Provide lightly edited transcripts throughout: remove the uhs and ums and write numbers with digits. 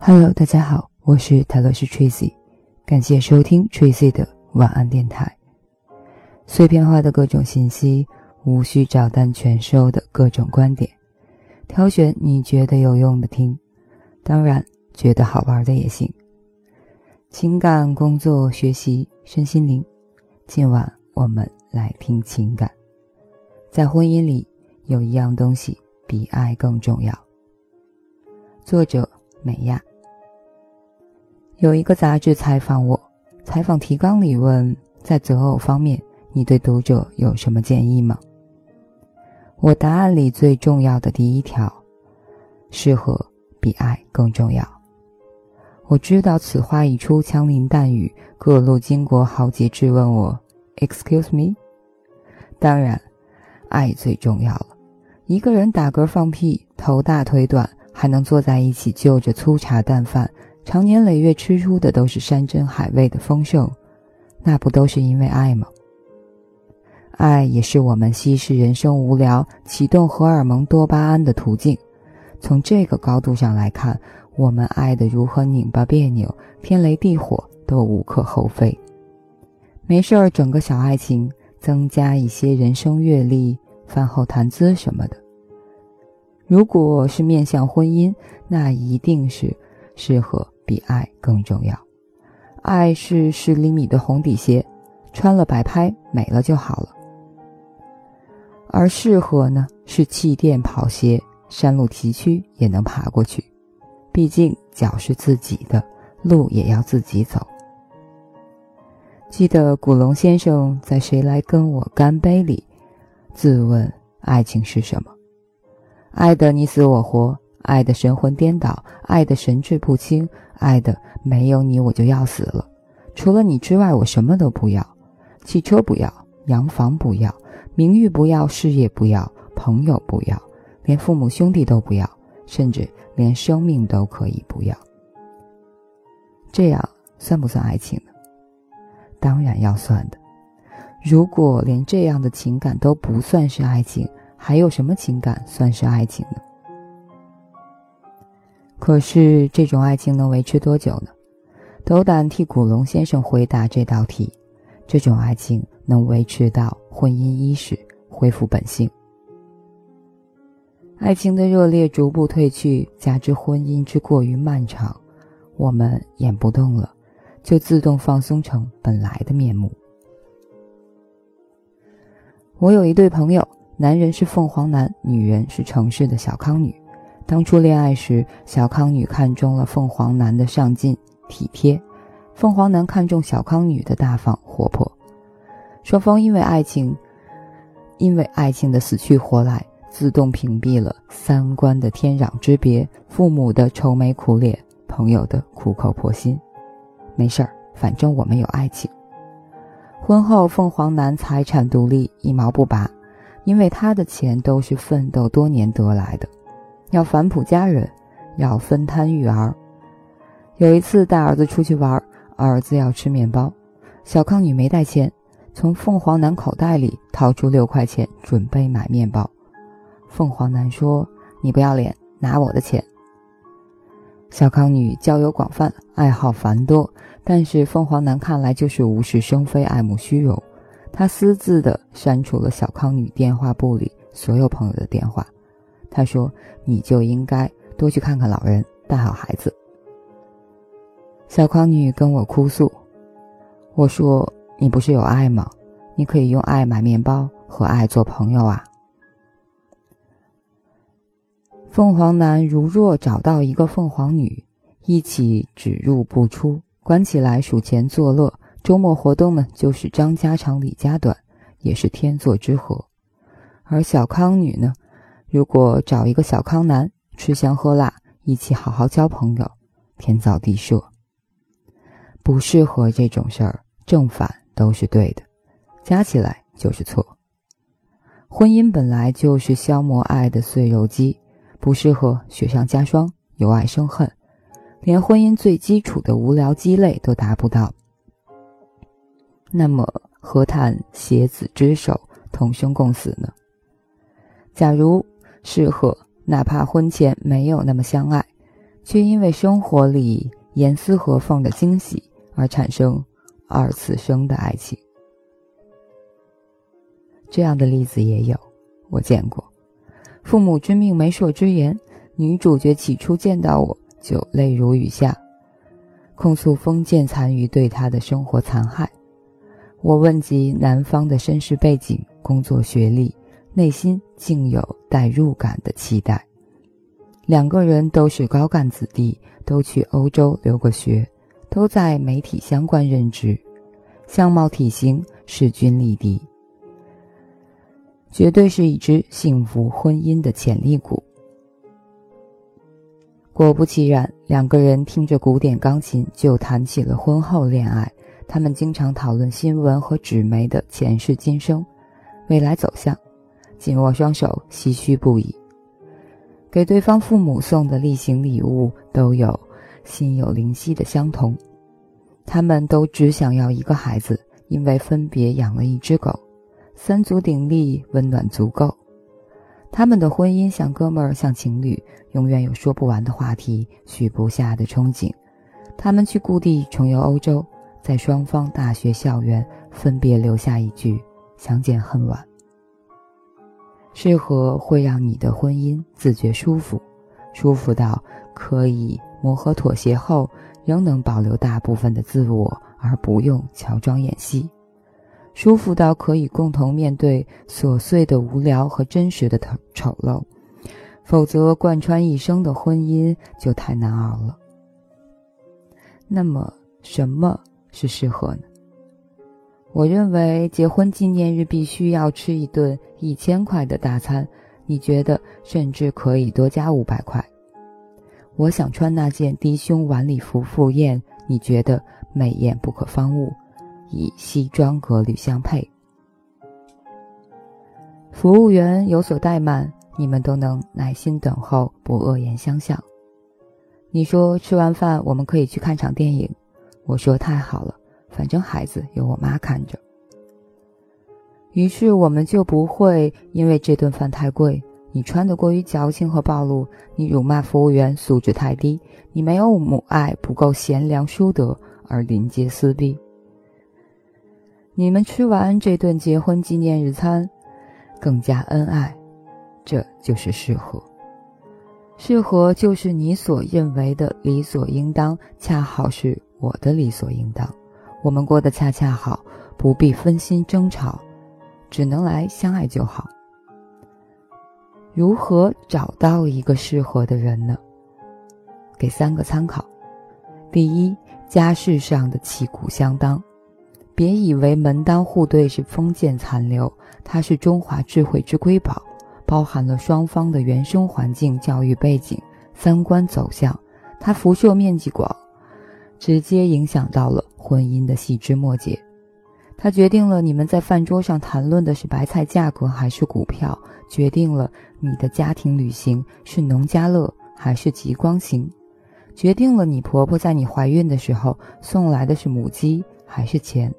Hello， 大家好，我是泰勒斯 Tracy， 感谢收听 Tracy 的晚安电台。碎片化的各种信息，无需照单全收的各种观点，挑选你觉得有用的听，当然觉得好玩的也行。情感、工作、学习、身心灵，今晚我们来听情感。在婚姻里，有一样东西比爱更重要。作者美亚。有一个杂志采访我，采访提纲里问，在择偶方面，你对读者有什么建议吗？我答案里最重要的第一条，适合比爱更重要。我知道此话一出，枪林弹雨，各路经国豪杰质问我 Excuse me？ 当然，爱最重要了。一个人打嗝放屁，头大腿短，还能坐在一起就着粗茶淡饭，常年累月吃出的都是山珍海味的丰盛，那不都是因为爱吗？爱也是我们稀释人生无聊、启动荷尔蒙多巴胺的途径。从这个高度上来看，我们爱得如何拧巴别扭、天雷地火都无可厚非。没事儿整个小爱情，增加一些人生阅历，饭后谈资什么的。如果是面向婚姻，那一定是适合比爱更重要。爱是10厘米的红底鞋，穿了摆拍，美了就好了。而适合呢，是气垫跑鞋，山路崎岖也能爬过去。毕竟脚是自己的，路也要自己走。记得古龙先生在《谁来跟我干杯》里自问爱情是什么？爱得你死我活，爱得神魂颠倒，爱得神志不清，爱得没有你我就要死了，除了你之外我什么都不要，汽车不要，洋房不要，名誉不要，事业不要，朋友不要，连父母兄弟都不要，甚至连生命都可以不要。这样算不算爱情呢？当然要算的。如果连这样的情感都不算是爱情，还有什么情感算是爱情呢？可是这种爱情能维持多久呢？斗胆替古龙先生回答这道题，这种爱情能维持到婚姻伊始，恢复本性。爱情的热烈逐步褪去，加之婚姻之过于漫长，我们演不动了，就自动放松成本来的面目。我有一对朋友，男人是凤凰男，女人是城市的小康女。当初恋爱时，小康女看中了凤凰男的上进体贴，凤凰男看中小康女的大方活泼。双方因为爱情的死去活来，自动屏蔽了三观的天壤之别，父母的愁眉苦脸，朋友的苦口婆心。没事儿，反正我们有爱情。婚后凤凰男财产独立，一毛不拔，因为他的钱都是奋斗多年得来的，要反哺家人，要分摊育儿。有一次带儿子出去玩，儿子要吃面包，小康女没带钱，从凤凰男口袋里掏出6块钱准备买面包。凤凰男说，你不要脸，拿我的钱。小康女交友广泛，爱好繁多，但是凤凰男看来就是无事生非，爱慕虚荣。他私自地删除了小康女电话簿里所有朋友的电话。他说，你就应该多去看看老人，带好孩子。小康女跟我哭诉，我说，你不是有爱吗？你可以用爱买面包，和爱做朋友啊。凤凰男如若找到一个凤凰女，一起只入不出，关起来数钱作乐，周末活动呢就是张家长李家短，也是天作之合。而小康女呢，如果找一个小康男，吃香喝辣，一起好好交朋友，天造地设。不适合这种事儿，正反都是对的，加起来就是错。婚姻本来就是消磨爱的碎肉机，不适合雪上加霜，由爱生恨，连婚姻最基础的无聊鸡肋都达不到。那么何谈携子之手，同生共死呢？假如适合，哪怕婚前没有那么相爱， 却因为生活里严丝合缝的惊喜而产生二次生的爱情。这样的例子也有，我见过。父母之命媒妁之言，女主角起初见到我就泪如雨下，控诉封建残余对她的生活残害。我问及男方的身世背景、工作学历，内心竟有代入感的期待。两个人都是高干子弟，都去欧洲留过学，都在媒体相关任职，相貌体型势均力敌，绝对是一支幸福婚姻的潜力股。果不其然，两个人听着古典钢琴就谈起了婚后恋爱。他们经常讨论新闻和纸媒的前世今生、未来走向，紧握双手，唏嘘不已。给对方父母送的例行礼物都有心有灵犀的相同。他们都只想要一个孩子，因为分别养了一只狗，三足鼎立，温暖足够。他们的婚姻像哥们儿，像情侣，永远有说不完的话题，许不下的憧憬。他们去故地重游欧洲，在双方大学校园分别留下一句相见恨晚。适合会让你的婚姻自觉舒服，舒服到可以磨合妥协后仍能保留大部分的自我，而不用乔装演戏，舒服到可以共同面对琐碎的无聊和真实的丑陋，否则贯穿一生的婚姻就太难熬了。那么什么是适合呢？我认为结婚纪念日必须要吃一顿1000块的大餐，你觉得甚至可以多加500块。我想穿那件低胸晚礼服赴宴，你觉得美艳不可方物，以西装革履相配。服务员有所怠慢，你们都能耐心等候，不恶言相向。你说吃完饭我们可以去看场电影，我说太好了，反正孩子有我妈看着。于是我们就不会因为这顿饭太贵，你穿得过于矫情和暴露，你辱骂服务员素质太低，你没有母爱，不够贤良淑德，而临街撕逼。你们吃完这顿结婚纪念日餐更加恩爱，这就是适合。适合就是你所认为的理所应当，恰好是我的理所应当。我们过得恰恰好，不必分心争吵，只能来相爱就好。如何找到一个适合的人呢？给3个参考。第一，家世上的旗鼓相当。别以为门当户对是封建残留，它是中华智慧之瑰宝，包含了双方的原生环境、教育背景、三观走向，它辐射面积广，直接影响到了婚姻的细枝末节。它决定了你们在饭桌上谈论的是白菜价格还是股票，决定了你的家庭旅行是农家乐还是极光行，决定了你婆婆在你怀孕的时候送来的是母鸡还是钱。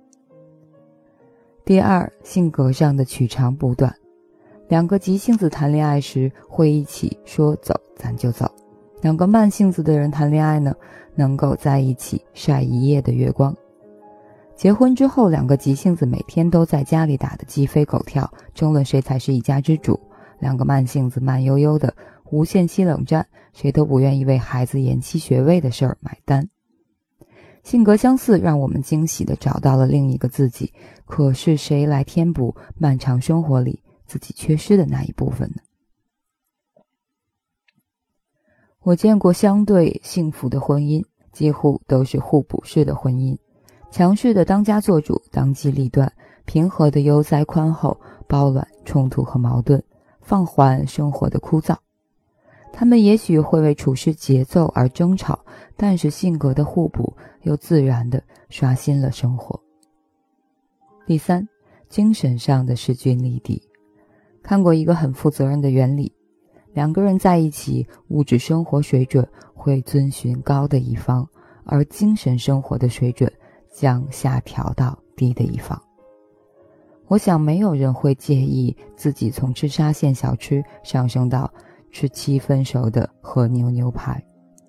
第二，性格上的取长补短。2个急性子谈恋爱时会一起说走咱就走，2个慢性子的人谈恋爱呢，能够在一起晒一夜的月光。结婚之后，2个急性子每天都在家里打得鸡飞狗跳，争论谁才是一家之主；2个慢性子慢悠悠的无限期冷战，谁都不愿意为孩子延期学位的事儿买单。性格相似，让我们惊喜地找到了另一个自己，可是谁来填补漫长生活里自己缺失的那一部分呢？我见过相对幸福的婚姻，几乎都是互补式的婚姻，强势的当家做主，当机立断，平和的悠哉宽厚，包揽冲突和矛盾，放缓生活的枯燥。他们也许会为处事节奏而争吵，但是性格的互补又自然地刷新了生活。第三，精神上的势均力敌。看过一个很负责任的原理，2个人在一起，物质生活水准会遵循高的一方，而精神生活的水准将下调到低的一方。我想没有人会介意自己从吃沙县小吃上升到吃7分熟的和牛牛排。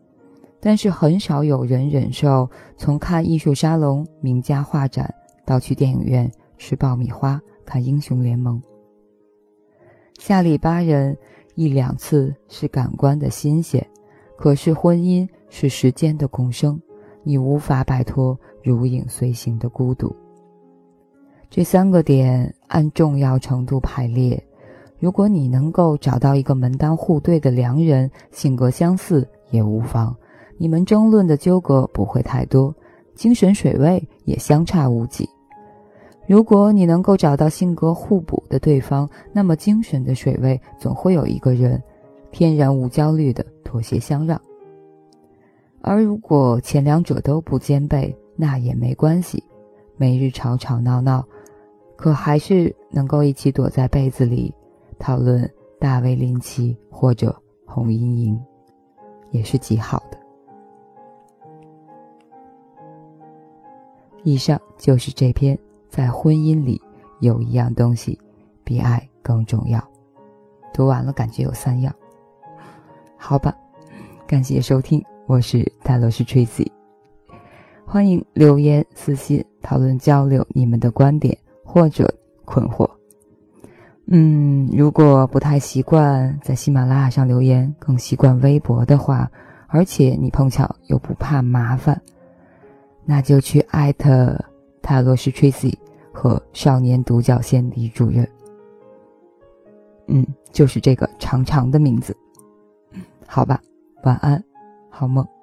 但是很少有人忍受从看艺术沙龙、名家画展到去电影院吃爆米花看英雄联盟。下里巴人1、2次是感官的新鲜，可是婚姻是时间的共生，你无法摆脱如影随形的孤独。这3个点按重要程度排列，如果你能够找到一个门当户对的良人，性格相似也无妨，你们争论的纠葛不会太多，精神水位也相差无几。如果你能够找到性格互补的对方，那么精神的水位总会有一个人天然无焦虑的妥协相让。而如果前2者都不兼备，那也没关系，每日吵吵闹闹，可还是能够一起躲在被子里讨论大卫林奇或者红莹莹，也是极好的。以上就是这篇在婚姻里有一样东西比爱更重要。读完了感觉有3样。好吧，感谢收听，我是泰罗斯 Tracy， 欢迎留言私信讨论交流你们的观点或者困惑。如果不太习惯在喜马拉雅上留言，更习惯微博的话，而且你碰巧又不怕麻烦，那就去艾特泰罗斯 Tracy 和少年独角仙李主任。就是这个长长的名字。好吧，晚安，好梦。